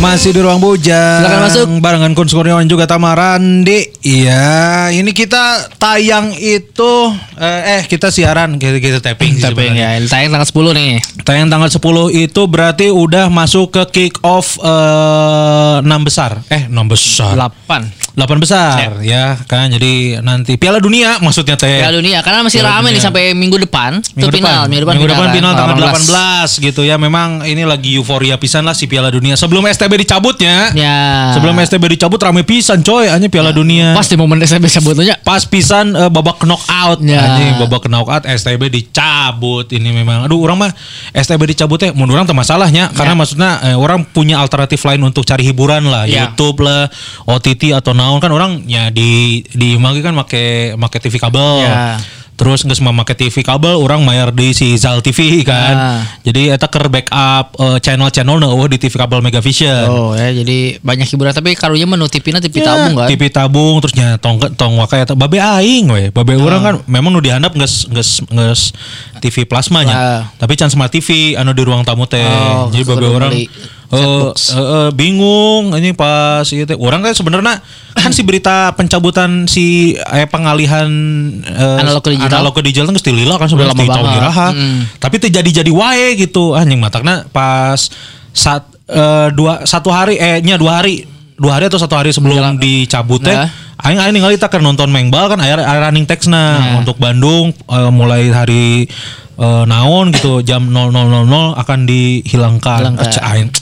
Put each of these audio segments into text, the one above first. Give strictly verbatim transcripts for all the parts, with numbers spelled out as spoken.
Masih di Ruang Bujang. Silakan masuk. Barengan Kun Kurniawan juga Tamarandi. Iya, ini kita tayang itu eh, eh kita siaran kita, kita tapping sih Tapping ya. Tayang tanggal sepuluh nih. Tayang tanggal sepuluh itu berarti udah masuk ke kick off eh, enam besar. Eh, enam besar. delapan. delapan besar ya. ya kan. Jadi nanti Piala Dunia maksudnya teh. Piala Dunia karena masih Piala rame Dunia. nih sampai minggu depan. Minggu itu depan. final, minggu depan minggu final, depan kan? final tanggal delapan delapan belas gitu ya. Memang ini lagi euforia pisan lah si Piala Dunia. Sebelum S T B dicabutnya. Ya. Sebelum S T B dicabut rame pisan coy, hanya Piala ya. Dunia. Pas di momen S T B cabutnya. Pas pisan uh, babak knockout. Ya. Anjing babak knockout S T B dicabut. Ini memang aduh orang mah S T B dicabut teh mun urang teh masalahnya karena ya. maksudnya eh, orang punya alternatif lain untuk cari hiburan lah, ya. YouTube lah, O T T atau naon kan orang ya di di magi kan make make T V kabel. Ya. Terus nggak semua make T V kabel, orang mayar di si Zal T V kan. Ah. Jadi eta keur backup uh, channel-channel nah di T V kabel Megavision. Oh ya, jadi banyak hiburan tapi karunya menu T V-na T V Ya, tabung kan. T V tabung terus nya tong tong wakai eta babe aing we. Babe oh. Urang kan memang nu dihandap geus geus geus T V plasmanya. Ah. Tapi can smart T V anu di ruang tamu teh. Oh, jadi babe urang Eh uh, uh, uh, bingung ini pas ieu teh. Urang kan sebenarnya kan si berita pencabutan si eh, pengalihan uh, analog ke digital, analog ke digital geus tilila kan sebenarnya di tahun iraha. Mm. Tapi teh jadi-jadi wae gitu. Anjing matakna pas saat uh, dua satu hari eh nya dua hari dua hari atau satu hari sebelum Jalan. dicabut teh nah. aing aing ningali tak keur nonton Mengbal kan aya running text nah nah. Untuk Bandung uh, mulai hari uh, naon gitu jam nol nol nol nol akan dihilangkan. Aing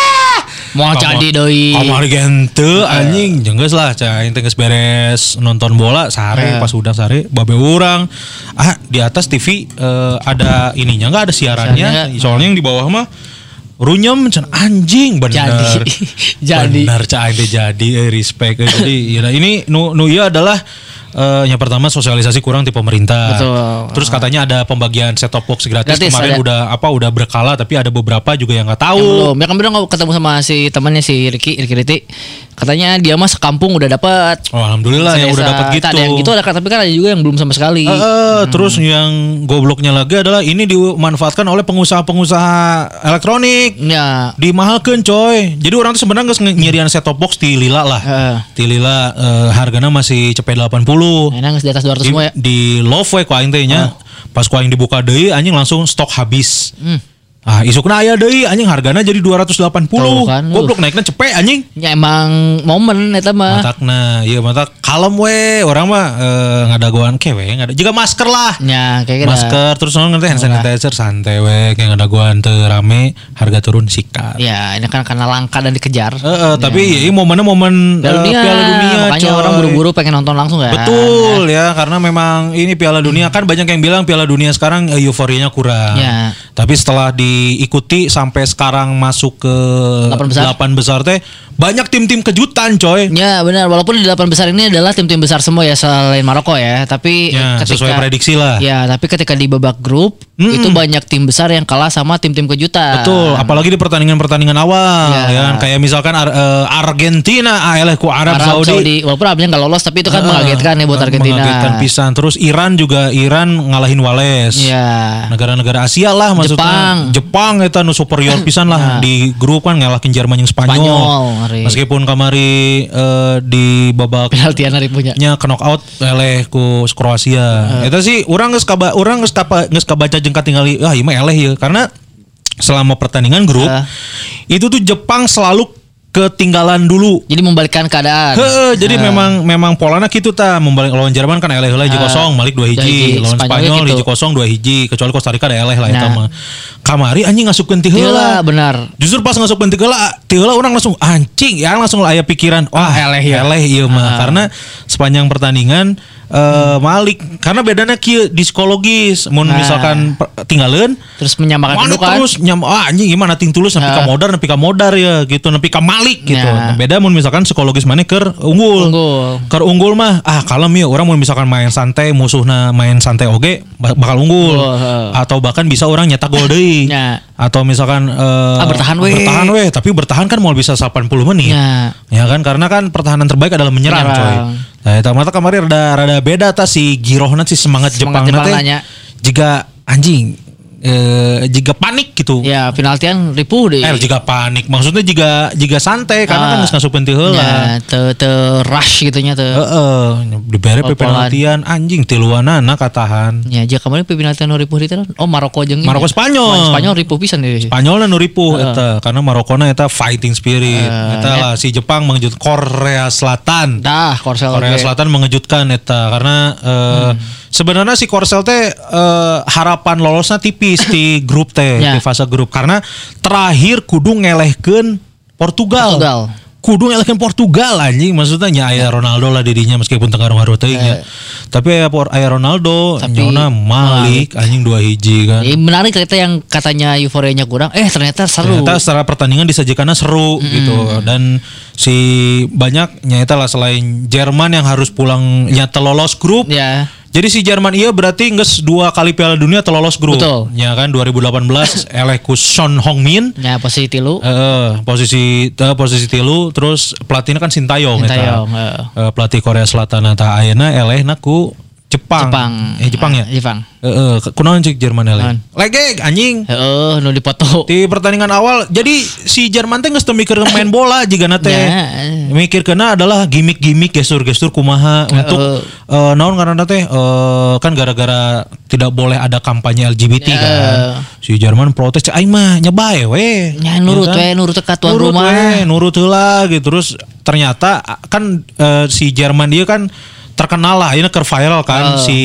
mau jadi doi kamari gente anjing jenggeus lah cai aing teh geus beres nonton bola sare yeah. Pas udah sare babe urang ah di atas T V uh, ada ininya enggak ada siarannya Siaranya, soalnya yang di bawah mah runyem can anjing bener jadi jadi bener cai teh jadi eh, respect eh. Jadi ya ini nu nu ieu adalah Uh, yang pertama sosialisasi kurang di pemerintah. Betul. Terus katanya ada pembagian set top box gratis, gratis kemarin ada. udah apa udah berkala tapi ada beberapa juga yang nggak tahu. Yang belum. Ya kan bilang ketemu sama si temannya si Ricky Ricky Riti. Katanya dia mah sekampung udah dapat. Oh, alhamdulillah yang udah dapat gitu. Ada yang gitu ada tapi kan ada juga yang belum sama sekali. Uh, uh, hmm. Terus yang gobloknya lagi adalah ini dimanfaatkan oleh pengusaha-pengusaha elektronik. Ya. Dimahalkeun coy. Jadi orang tuh sebenarnya geus nyirian set top box di lila lah. Uh. Di lila uh, harganya masih cepet delapan puluh. Enak di atas dua ratus di, semua ya. Di love we ku aing teh nya. Uh. Pas ku aing dibuka deui anjing langsung stok habis. Hmm. Ah isukna aya deui anjing hargana jadi dua ratus delapan puluh. Kan, goblok naikna cepet anjing. Ya emang momen eta mah. Matakna ieu mata kalem we urang mah uh, ngadagoan kewe ngada juga masker lah. Ya kayak gitu. Masker terus naon ngerti hand sanitizer santai we kayak ngadagoan teu rame harga turun sikat. Ya ini kan karena langka dan dikejar. Heeh uh, uh, ya. Tapi ini momennya momen Piala Dunia, uh, Piala Dunia makanya coy. Orang buru-buru pengen nonton langsung kan. Betul ya karena memang ini Piala Dunia hmm. kan banyak yang bilang Piala Dunia sekarang uh, euforianya kurang. Ya. Tapi setelah diikuti sampai sekarang masuk ke delapan besar, delapan besar teh banyak tim-tim kejutan coy. Ya benar walaupun di delapan besar ini adalah tim-tim besar semua ya selain Maroko ya tapi ya, ketika, sesuai prediksi lah. Ya tapi ketika di babak grup mm-mm. itu banyak tim besar yang kalah sama tim-tim kejutan. Betul apalagi di pertandingan-pertandingan awal ya, ya kan kayak misalkan Ar- uh, Argentina ah eleh ku Arab, Arab Saudi. Saudi walaupun Arabnya nggak lolos tapi itu kan uh, mengagetkan ya buat Argentina. Mengagetkan pisan terus Iran juga Iran ngalahin Wales. Ya. Negara-negara Asia lah maksudnya. Jepang. Jepang eta nu superior pisan lah nah. Di grup kan ngalahin Jerman yang Spanyol. Spanyol meskipun kamari uh, di babak penaltian hari punya nya knockout eleh ku Kroasia. Uh. Eta sih urang geus kaba urang geus kapa geus kabaca jeung katingali ah ieu mah eleh ieu karena selama pertandingan grup uh. itu tuh Jepang selalu ketinggalan dulu. Jadi membalikkan keadaan. Heeh, jadi uh. memang memang polana kitu tah membalik lawan Jerman kan eleh heula hiji kosong, balik dua hiji, lawan Spanyol hiji kosong dua hiji, kecuali Costa Rica ada eleh lah eta mah. Kamari anjing ngasupkeun ti heula. Benar. Justru pas ngasupkeun ti heula, ti heula urang langsung anjing, ya langsung aya pikiran, wah eleh ya. Eleh ieu mah karena sepanjang pertandingan Uh, Malik karena bedanya kieu di psikologis mun nah. Misalkan tinggalin terus menyamakan kedudukan terus nyam ah anjing gimana ting tulus nepi ka modar nepi ka modar ya gitu nepi ka Malik gitu nah. Beda mun misalkan psikologis mana keur unggul unggul keur unggul mah ah kalem ya orang mun misalkan main santai musuhna main santai oge bakal unggul uh. Atau bahkan bisa orang nyetak gol deui nah. Atau misalkan uh, ah, bertahan we bertahan we tapi bertahan kan mau bisa delapan puluh menit nah. Ya kan karena kan pertahanan terbaik adalah menyerang, menyerang. coy. Nah, eta mata kemarin rada rada beda ta si girohna si semangat, semangat Jepang teh. Jika anjing eh, jika panik gitu. Ya penaltian ripuh deh. Eh jika panik maksudnya jika jika santai karena Ah. kan geus ngasupkeun teu heula. Ya, te, te rush gitunya te. Heeh, dibere pe Popolan. penaltian anjing tiluanana katahan. Ya, jika kemarin pe penaltian nu ripuh itu oh Maroko jeung Maroko Spanyol. Spanyol ripuh pisan deh. Spanyolna nu ripuh eta karena Marokona eta fighting spirit. Eta lah si Jepang mengejut Korea Selatan. Dah, Korsel Korea oge. Selatan mengejutkan eta karena eh, sebenarnya si Korsel teh eh, harapan lolosnya tipis di grup teh Ya. di fase grup karena terakhir kudu ngelehkeun Portugal. Portugal. Kudu ngelehkeun Portugal anjing maksudnya nya aya Ronaldo lah dirinya meskipun tengah ngaruh teuing nya. Tapi aya aya Ronaldo Tapi nyona Malik anjing dua hiji kan. Ya, menarik ternyata yang katanya euforianya kurang, eh ternyata seru. Ternyata secara pertandingan disajikannya seru gitu dan si banyak nyata lah selain Jerman yang harus pulang nyata lolos grup. Ya. Jadi si Jerman iya berarti nges dua kali Piala Dunia atau lolos grup. Betul. Ya kan dua ribu delapan belas eleh ku Son Heung-min. Ya posisi tilu. Eh, posisi eh, posisi tilu terus pelatihnya kan Sintayong, Sintayong, eta. heeh. Eh, pelatih Korea Selatan eta ayeuna elehna ku Jepang. Jepang. Eh Jepang ya? Jepang. Heeh, kunaon cik Jerman eleh. Naon? Legeg anjing. Heeh, nu dipoto. Di pertandingan awal jadi si Jerman teh geus teu mikir main bola jigana teh. Ya. Mikirkeunna adalah gimmick-gimmick gestur-gestur kumaha untuk eh, naon ngaranna teh eh, kan gara-gara tidak boleh ada kampanye L G B T Ya. kan. Si Jerman protes cek aing mah nyebae we. Ya nurut Gitu kan. we, nurut ke tuan Nurut rumah. we, nurut heula gitu terus ternyata kan eh, si Jerman dia kan terkenal lah ini keur viral kan Uh. si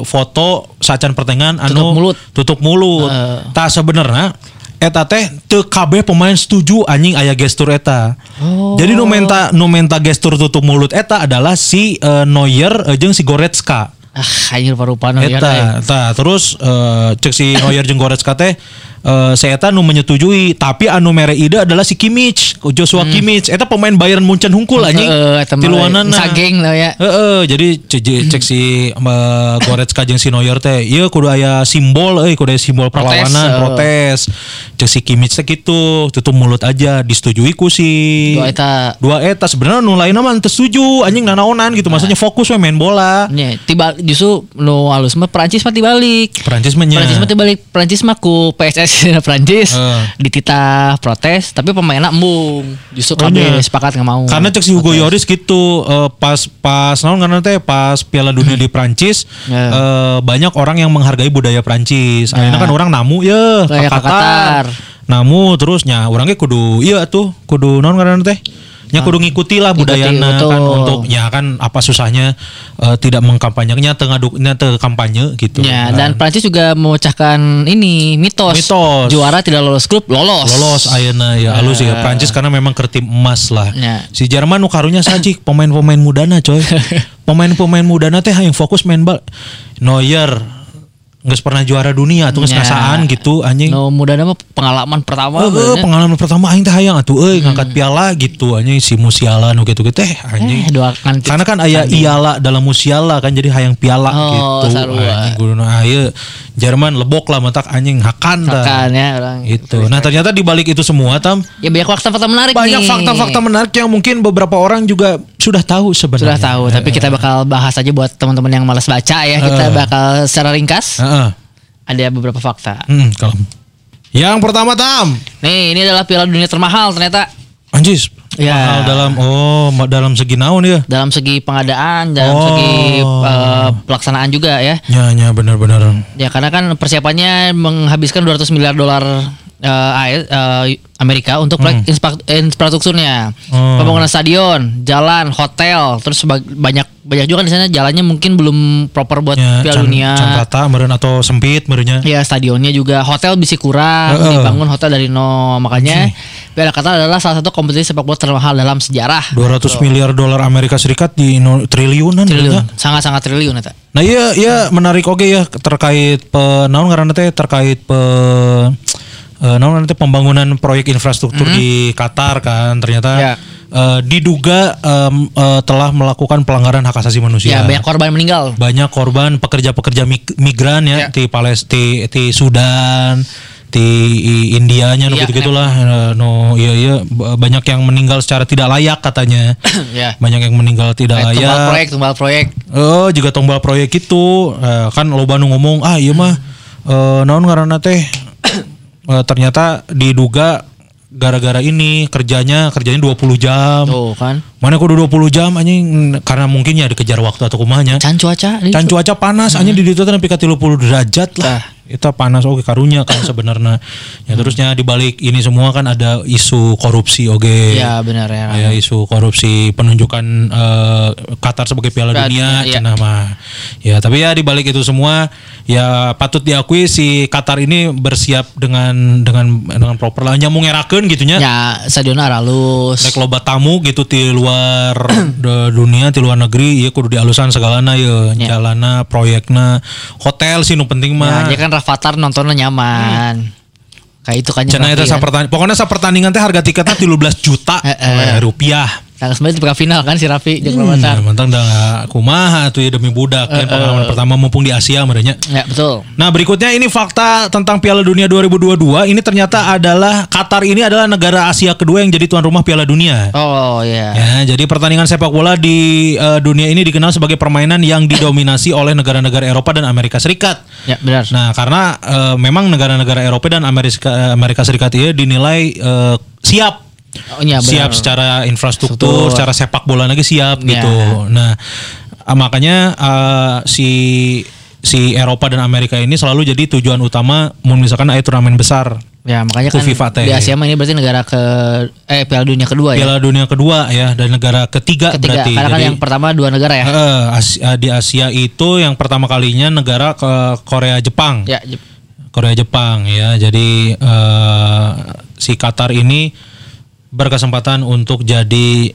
foto sacan pertengahan anu Tutup mulut. tutup mulut. Uh. Tah sebenarnya eta teh teu kabeh pemain setuju anjing aya gestur eta. Oh. Jadi nu menta nu menta gestur tutup mulut eta adalah si eh, Neuer eh, jeung si Goretzka. Ah, anjir paru-panu ya. Eta, tah terus eh, cek si Neuer jeung Goretzka teh eh, si eta nu menyetujui, tapi anu mere ide adalah si Kimmich, Joshua Kimmich. Eta pemain Bayern Munchen hungkul anjing. Heeh, eta mah Tiluanana. sageng lah ya. Heeh, jadi cek, cek si eh, Goretzka jeung si Neuer teh, ieu kudu aya simbol euy, kudu aya simbol Protes, perlawanan, eh. protes. Cek si Kimmich teh kitu, tutup mulut aja, disetujui ku si Dua eta. Dua eta sebenarnya nu lainna mah teu setuju, anjing nanaonan gitu. Maksudnya fokus we main bola. Nya, tiba justru nu halus mah Perancis mah dibalik. Perancis mah nya. Perancis mah dibalik. Perancis mah ku P S S Perancis Heeh. dititah protes, tapi pemainnya embung. Justru Oh, kabeh nya. sepakat nggak mau. Karena cek si Hugo Lloris gitu eh, pas pas naon karena teh pas Piala Dunia di Prancis Ya. eh, banyak orang yang menghargai budaya Prancis. Akhirnya kan orang namu ya ke Kayak ke Qatar. Qatar. Namu terusnya orangnya kudu iya tuh kudu naon karena teh nya kudu ngikuti lah Ngikuti, budayana betul. kan untuk ya kan apa susahnya eh, tidak mengkampanyekannya teu ngaduknya teu kampanye gitu. Ya, kan. dan Prancis juga memecahkan ini mitos. Mitos. Juara tidak lolos grup, lolos. Lolos ayeuna ya halus ya Prancis karena memang keur tim emas lah. Ya. Si Jerman nu karunya sajik pemain-pemain mudana coy. Pemain-pemain mudana teh hayang fokus main bal. Neuer geus pernah juara dunia atuh geus Ya. ngasaan gitu anjing. No, mudah nama pengalaman pertama. Eh, eh, benernya. pengalaman pertama aing teh hayang atuh euy ngangkat piala gitu anjing si Musiala nu gitu-gitu teh anjing. Eh, doakan. Karena kan aya iala dalam Musiala kan jadi hayang piala Oh, gitu. sarua. Anjing guduna aya Jerman lebok lah mentak anjing hakan tah. Makan ya orang. Gitu. Nah, ternyata di balik itu semua Tam Ya banyak fakta-fakta menarik banyak nih. fakta-fakta menarik yang mungkin beberapa orang juga sudah tahu sebenarnya. Sudah tahu, tapi kita bakal bahas aja buat teman-teman yang malas baca ya. Kita Eh. bakal secara ringkas. Heeh. Ada beberapa fakta. Hmm, kalau yang pertama Tam, Nih, ini adalah Piala Dunia termahal ternyata anjis. Ya. Mahal dalam oh ma- dalam segi naon ya? dalam segi pengadaan, dalam Oh. segi eh, pelaksanaan juga ya. Ya, ya benar-benar. Ya karena kan persiapannya menghabiskan dua ratus miliar dolar eh, A S, eh, Amerika untuk proyek inspa- infrastrukturnya, Hmm. pembangunan stadion, jalan, hotel, terus seba- banyak banyak juga di sana jalannya mungkin belum proper buat Ya, Piala can, Dunia. can rata meureun atau sempit meureunnya. Ya stadionnya juga, hotel bisa kurang, Heeh. dibangun hotel dari nol, makanya Piala Qatar adalah salah satu kompetisi sepak bola termahal dalam sejarah. dua ratus miliar dolar Amerika Serikat di no, triliunan Triliun, ya. sangat-sangat triliun eta. Nah, iya iya menarik oke ya terkait pe naon ngaranna teh terkait pe eh, naon ngaranna teh pembangunan proyek infrastruktur di Qatar kan ternyata Ya. eh, diduga em, eh, telah melakukan pelanggaran hak asasi manusia. Ya banyak korban meninggal. Banyak korban pekerja-pekerja mig- migran ya, Ya. di Palestina, di Sudan, di Indianya, no Iya, gitu-gitulah. Eh, No, iya iya b- banyak yang meninggal secara tidak layak katanya. Ya. Banyak yang meninggal tidak Kayak tumbal layak. proyek, tumbal proyek. Oh, juga tombol proyek itu eh, kan loba nu ngomong ah iya mah uh, naon ngaranna teh uh, ternyata diduga gara-gara ini kerjanya kerjanya dua puluh jam. Tuh kan. Mana kudu dua puluh jam anjing karena mungkin ya dikejar waktu atau kumanya. Can cuaca. Can cuaca panas hmm. anjing di ditu teh nepi ka tilu puluh derajat lah. Itu panas oke karunya kan sebenarnya. Ya hmm. terusnya dibalik ini semua kan ada isu korupsi oge. Ya benar ya. Ya isu korupsi penunjukan uh, Qatar sebagai Piala Berat, Dunia ya. Cenah mah. Ya tapi ya dibalik itu semua ya patut diakui si Qatar ini bersiap dengan dengan dengan proper lah nyamung ngerakeun gitunya. Ya stadionna halus. Rek loba tamu gitu ti luar dunia ti luar negeri ya kudu dialusan segalana ya, ya. Jalana proyekna hotel sih nu penting mah. Ya, ya kan Rafathar nontonnya nyaman. Hmm. Kayak itu kan cenah eta sapertandingan. Pokoknya sapertandingan teh harga tiketnya tilu belas juta rupiah. Nah, sebenarnya di final kan si Raffi jeung hmm, Rafathar. Mantang dah kumaha tuh ya demi budak uh, kan pengalaman uh, pertama mumpung di Asia merenya. Ya, betul. Nah, berikutnya ini fakta tentang Piala Dunia dua ribu dua puluh dua. Ini ternyata adalah Qatar ini adalah negara Asia kedua yang jadi tuan rumah Piala Dunia. Oh, iya. Yeah. Ya, jadi pertandingan sepak bola di uh, dunia ini dikenal sebagai permainan yang didominasi oleh negara-negara Eropa dan Amerika Serikat. Ya, benar. Nah, karena uh, memang negara-negara Eropa dan Amerika Amerika Serikat ini dinilai uh, siap Oh, iya, siap secara infrastruktur, secara sepak bola lagi siap ya. Gitu. Nah, makanya uh, si si Eropa dan Amerika ini selalu jadi tujuan utama misalkan ada turnamen besar. Ya, makanya kan FIFA di Asia ini berarti negara ke eh Piala Dunia kedua ya. Piala Dunia kedua ya dan negara ketiga, ketiga berarti. Karena kan jadi, yang pertama dua negara ya. Uh, Asia, di Asia itu yang pertama kalinya negara ke Korea Jepang. Ya, Jep- Korea Jepang ya. Jadi uh, si Qatar ini berkesempatan untuk jadi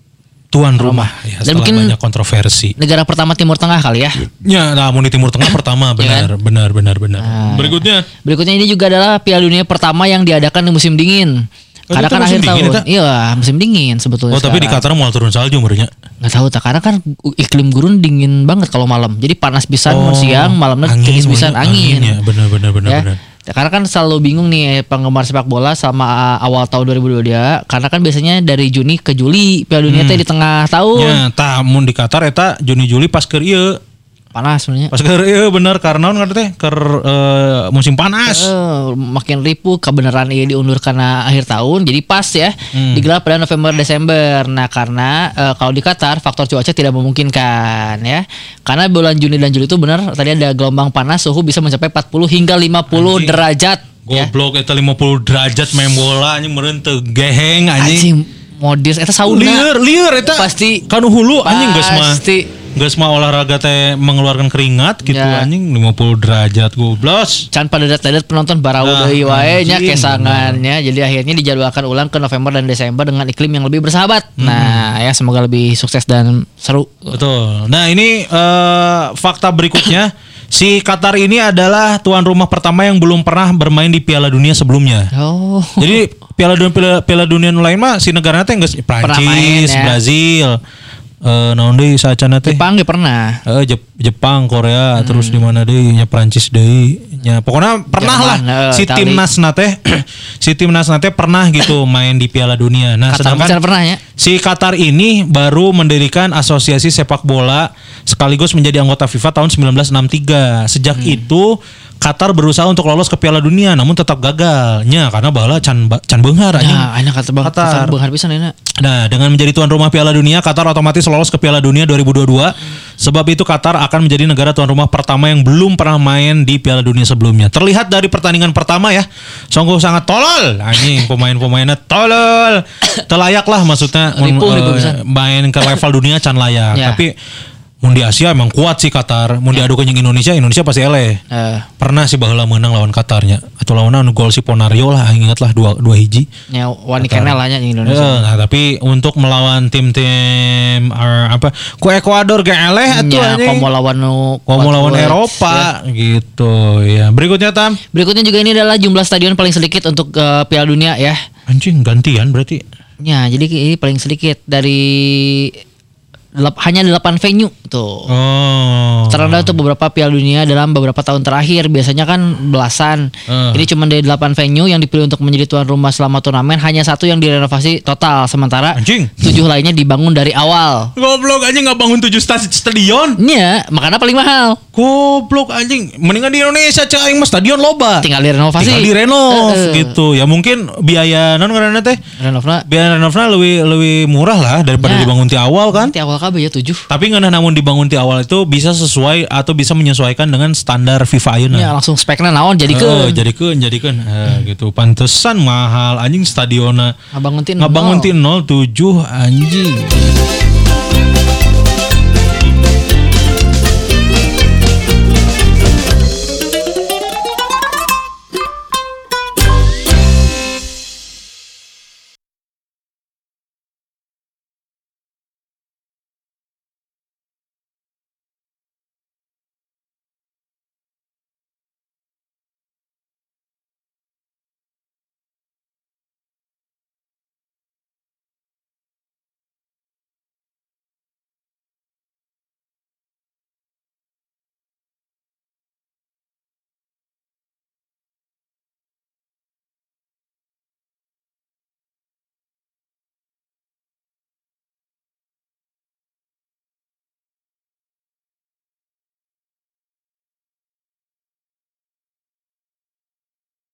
tuan rumah ya, setelah mungkin banyak kontroversi. Negara pertama Timur Tengah kali ya. Ya, nah, di Timur Tengah pertama benar, ya kan? benar, benar, benar. Nah, berikutnya. Berikutnya ini juga adalah Piala Dunia pertama yang diadakan di musim dingin. Oh, karena kan akhir tahun. Itu? Iya, musim dingin sebetulnya. Oh, tapi sekarang. Di Qatar mau turun salju merenya. Nggak tahu tak karena kan iklim gurun dingin banget kalau malam. Jadi panas pisan oh, siang, malamnya dingin pisan angin. angin ya, benar, benar, benar, ya? benar. Karena kan selalu bingung nih penggemar sepak bola sama awal tahun dua ribu dua puluh dua karena kan biasanya dari Juni ke Juli Piala Dunia hmm. teh di tengah tahun. Ya, tah mun di Qatar eta Juni Juli pas keur ieu panas sebenarnya. Pas keur ieu bener karena naon teh keur uh, musim panas. Uh, makin ripuh kebenaran ieu diundur karena akhir tahun jadi pas ya hmm. digelar pada November Desember. Nah, karena uh, kalau di Qatar faktor cuaca tidak memungkinkan ya. Karena bulan Juni dan Juli itu benar tadi ada gelombang panas suhu bisa mencapai empat puluh hingga lima puluh anjing. Derajat. Goblok eta lima puluh derajat main bola anjing meureun teu geheng anjing. Anjing modis eta sauna. Lieur lieur eta pasti kanu hulu anjing geus mah. Pasti geus mah olahraga teh mengeluarkan keringat gitu ya. Anjing lima puluh derajat goblos. Can padedat-padedat penonton barau nah, deui wae nya kesangannya. Jadi akhirnya dijadwalkan ulang ke November dan Desember dengan iklim yang lebih bersahabat. Hmm. Nah, ya semoga lebih sukses dan seru. Betul. Nah, ini uh, fakta berikutnya. Si Qatar ini adalah tuan rumah pertama yang belum pernah bermain di Piala Dunia sebelumnya. Oh. Jadi Piala Dunia Piala, Piala Dunia lain mah si negaranya teh geus Prancis, ya. Brazil, eh naon deui saacana teh? Jepang ge pernah. Heeh, Jep- Jepang, Korea, hmm. terus di mana deui nya Prancis deui. Ya, pokoknya pernah Jerman, lah uh, si timnasna teh si timnasna teh pernah gitu main di Piala Dunia. Nah, Qatar sedangkan pernah ya. Si Qatar ini baru mendirikan asosiasi sepak bola sekaligus menjadi anggota FIFA tahun sembilan belas enam puluh tiga. Sejak hmm. itu Qatar berusaha untuk lolos ke Piala Dunia namun tetap gagalnya karena baheula can can beunghar anjing. Nah, anya kata Qatar beunghar pisan euna. Nah, dengan menjadi tuan rumah Piala Dunia, Qatar otomatis lolos ke Piala Dunia dua ribu dua puluh dua. Sebab itu Qatar akan menjadi negara tuan rumah pertama yang belum pernah main di Piala Dunia sebelumnya. Terlihat dari pertandingan pertama ya, sungguh sangat tolol. Anjing, pemain-pemainnya tolol. Telayak lah maksudnya ripuh, ripuh uh, main ke level dunia can layak. Ya. Tapi mun di Asia emang kuat sih Qatar. Mun ya. Diadu jeung Indonesia, Indonesia pasti eleh. Uh. Pernah sih baheula menang lawan Qatarnya. Atau lawanna anu gol si Ponario lah, ingat lah dua dua hiji. Ya wani kenal lah nya Indonesia. Uh, nah, tapi untuk melawan tim-tim uh, apa? Ku Ekuador ge eleh atuh anjing. Ya, komo lawan nu komo lawan Eropa ya. Gitu ya. Berikutnya Tam. Berikutnya juga ini adalah jumlah stadion paling sedikit untuk uh, Piala Dunia ya. Anjing gantian berarti. Ya, jadi ini paling sedikit dari delap, hanya delapan venue tuh. Oh. Terendah untuk beberapa Piala Dunia dalam beberapa tahun terakhir. Biasanya kan belasan. Uh. Ini cuma dari delapan venue yang dipilih untuk menjadi tuan rumah selama turnamen. Hanya satu yang direnovasi total. Sementara anjing. tujuh lainnya dibangun dari awal. Goblok aja nggak bangun tujuh stadion? Iya, makanya paling mahal. Goblok anjing. Mendingan di Indonesia cek aing mah stadion loba. Tinggal direnovasi. Tinggal direnov uh, uh. gitu. Ya mungkin biaya non ngaranna teh. Renovna. Biaya renovna lebih lebih murah lah daripada ya, dibangun ti awal kan. Ti awal kabeh ya tujuh. Tapi ngeunah namun dibangun ti awal itu bisa sesuai atau bisa menyesuaikan dengan standar FIFA ayeuna. Ya langsung spekna naon jadikeun. Heeh, uh, jadikeun jadikeun uh, gitu. Pantesan mahal anjing stadionna. Ngabangun ti Ngabangun ti nol tujuh anjing.